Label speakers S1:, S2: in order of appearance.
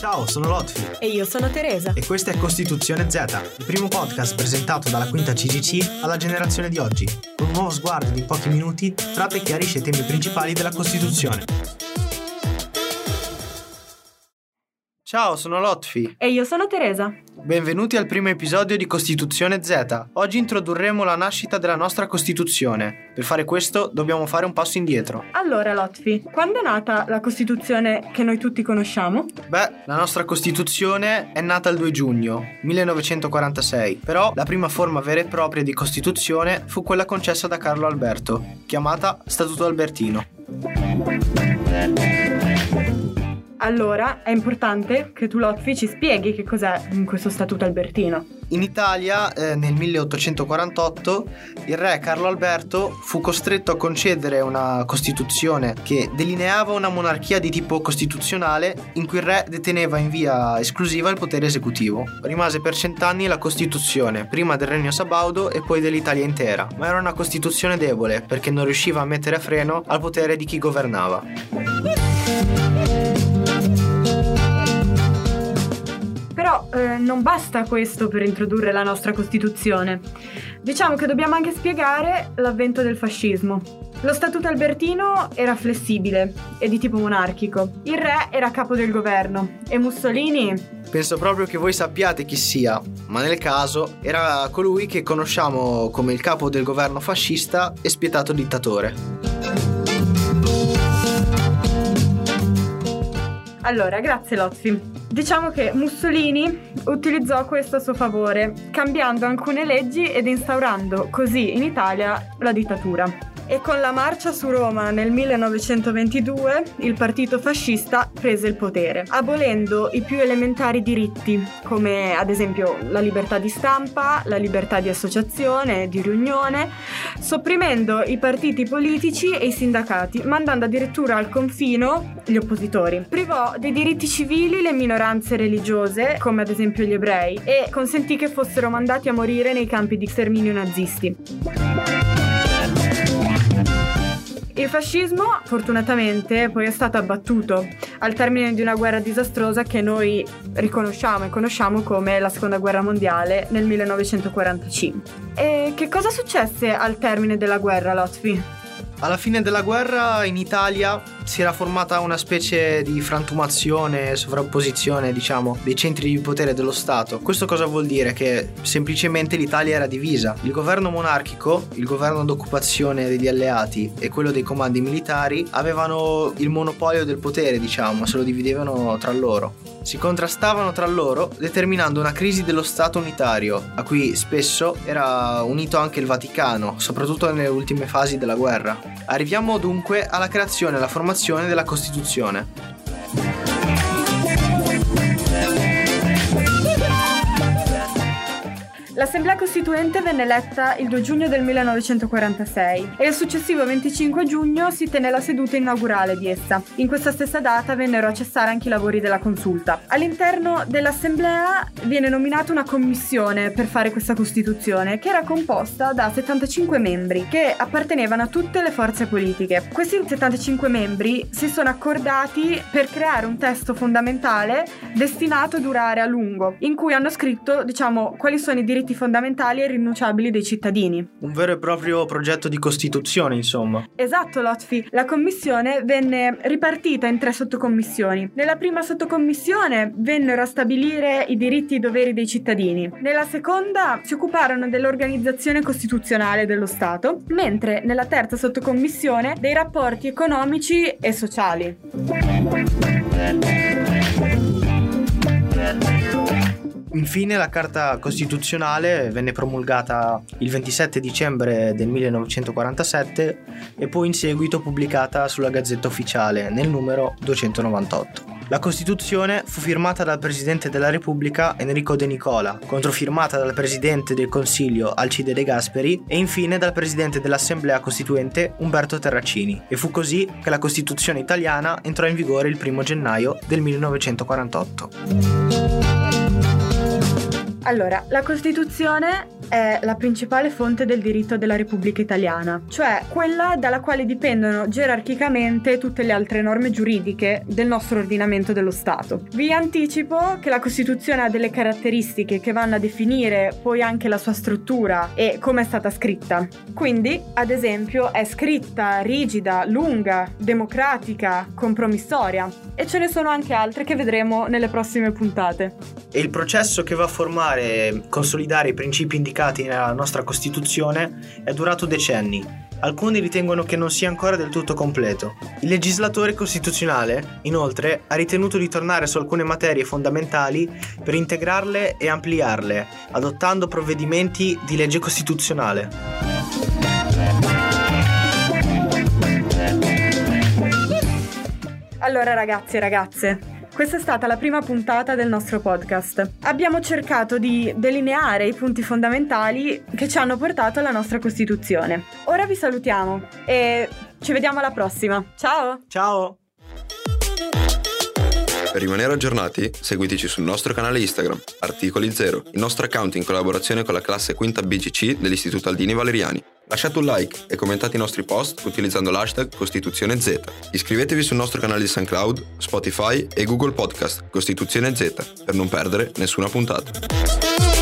S1: Ciao, sono Lotfi.
S2: E io sono Teresa.
S1: E questa è Costituzione Z, il primo podcast presentato dalla quinta CGC alla generazione di oggi. Con un nuovo sguardo di pochi minuti, tratta e chiarisce i temi principali della Costituzione. Ciao, sono Lotfi.
S2: E io sono Teresa.
S1: Benvenuti al primo episodio di Costituzione Z. Oggi introdurremo la nascita della nostra Costituzione. Per fare questo dobbiamo fare un passo indietro.
S2: Allora, Lotfi, quando è nata la Costituzione che noi tutti conosciamo?
S1: Beh, la nostra Costituzione è nata il 2 giugno 1946, però la prima forma vera e propria di Costituzione fu quella concessa da Carlo Alberto, chiamata Statuto Albertino.
S2: Allora, è importante che tu, Lotfi, ci spieghi che cos'è questo Statuto Albertino.
S1: In Italia, nel 1848, il re Carlo Alberto fu costretto a concedere una Costituzione che delineava una monarchia di tipo costituzionale in cui il re deteneva in via esclusiva il potere esecutivo. Rimase per 100 anni la Costituzione, prima del Regno Sabaudo e poi dell'Italia intera, ma era una Costituzione debole perché non riusciva a mettere a freno al potere di chi governava.
S2: Però non basta questo per introdurre la nostra Costituzione. Diciamo che dobbiamo anche spiegare l'avvento del fascismo. Lo Statuto Albertino era flessibile e di tipo monarchico. Il re era capo del governo e Mussolini...
S1: Penso proprio che voi sappiate chi sia, ma nel caso era colui che conosciamo come il capo del governo fascista e spietato dittatore.
S2: Allora, grazie Lotfi. Diciamo che Mussolini utilizzò questo a suo favore, cambiando alcune leggi ed instaurando così in Italia la dittatura. E con la marcia su Roma nel 1922 il partito fascista prese il potere, abolendo i più elementari diritti, come ad esempio la libertà di stampa, la libertà di associazione, di riunione, sopprimendo i partiti politici e i sindacati, mandando addirittura al confino gli oppositori. Privò dei diritti civili le minoranze religiose, come ad esempio gli ebrei, e consentì che fossero mandati a morire nei campi di sterminio nazisti. Il fascismo, fortunatamente, poi è stato abbattuto al termine di una guerra disastrosa che noi riconosciamo e conosciamo come la Seconda Guerra Mondiale nel 1945. E che cosa successe al termine della guerra, Lotfi?
S1: Alla fine della guerra in Italia si era formata una specie di frantumazione e sovrapposizione, dei centri di potere dello Stato. Questo cosa vuol dire? Che semplicemente l'Italia era divisa. Il governo monarchico, il governo d'occupazione degli alleati e quello dei comandi militari avevano il monopolio del potere, se lo dividevano tra loro. Si contrastavano tra loro, determinando una crisi dello Stato unitario, a cui spesso era unito anche il Vaticano, soprattutto nelle ultime fasi della guerra. Arriviamo dunque alla creazione e alla formazione della Costituzione.
S2: L'Assemblea Costituente venne eletta il 2 giugno del 1946 e il successivo 25 giugno si tenne la seduta inaugurale di essa. In questa stessa data vennero a cessare anche i lavori della consulta. All'interno dell'Assemblea viene nominata una commissione per fare questa Costituzione, che era composta da 75 membri che appartenevano a tutte le forze politiche. Questi 75 membri si sono accordati per creare un testo fondamentale destinato a durare a lungo, in cui hanno scritto, quali sono i diritti fondamentali e irrinunciabili dei cittadini.
S1: Un vero e proprio progetto di Costituzione, insomma.
S2: Esatto, Lotfi. La commissione venne ripartita in 3 sottocommissioni. Nella prima sottocommissione vennero a stabilire i diritti e i doveri dei cittadini. Nella seconda si occuparono dell'organizzazione costituzionale dello Stato, mentre nella terza sottocommissione dei rapporti economici e sociali.
S1: Infine la Carta Costituzionale venne promulgata il 27 dicembre del 1947 e poi in seguito pubblicata sulla Gazzetta Ufficiale nel numero 298. La Costituzione fu firmata dal Presidente della Repubblica Enrico De Nicola, controfirmata dal Presidente del Consiglio Alcide De Gasperi e infine dal Presidente dell'Assemblea Costituente Umberto Terracini, e fu così che la Costituzione italiana entrò in vigore il 1 gennaio del 1948.
S2: Allora, la Costituzione è la principale fonte del diritto della Repubblica Italiana, cioè quella dalla quale dipendono gerarchicamente tutte le altre norme giuridiche del nostro ordinamento dello Stato. Vi anticipo che la Costituzione ha delle caratteristiche che vanno a definire poi anche la sua struttura e come è stata scritta. Quindi, ad esempio, è scritta, rigida, lunga, democratica, compromissoria, e ce ne sono anche altre che vedremo nelle prossime puntate.
S1: E il processo che va a formare e consolidare i principi indicati nella nostra Costituzione è durato decenni. Alcuni ritengono che non sia ancora del tutto completo. Il legislatore costituzionale, inoltre, ha ritenuto di tornare su alcune materie fondamentali per integrarle e ampliarle, adottando provvedimenti di legge costituzionale.
S2: Allora ragazzi e ragazze, questa è stata la prima puntata del nostro podcast. Abbiamo cercato di delineare i punti fondamentali che ci hanno portato alla nostra Costituzione. Ora vi salutiamo e ci vediamo alla prossima. Ciao!
S1: Ciao!
S3: Per rimanere aggiornati, seguiteci sul nostro canale Instagram, Articoli Zero, il nostro account in collaborazione con la classe quinta BGC dell'Istituto Aldini Valeriani. Lasciate un like e commentate i nostri post utilizzando l'hashtag Costituzione Z. Iscrivetevi sul nostro canale di SoundCloud, Spotify e Google Podcast Costituzione Z per non perdere nessuna puntata.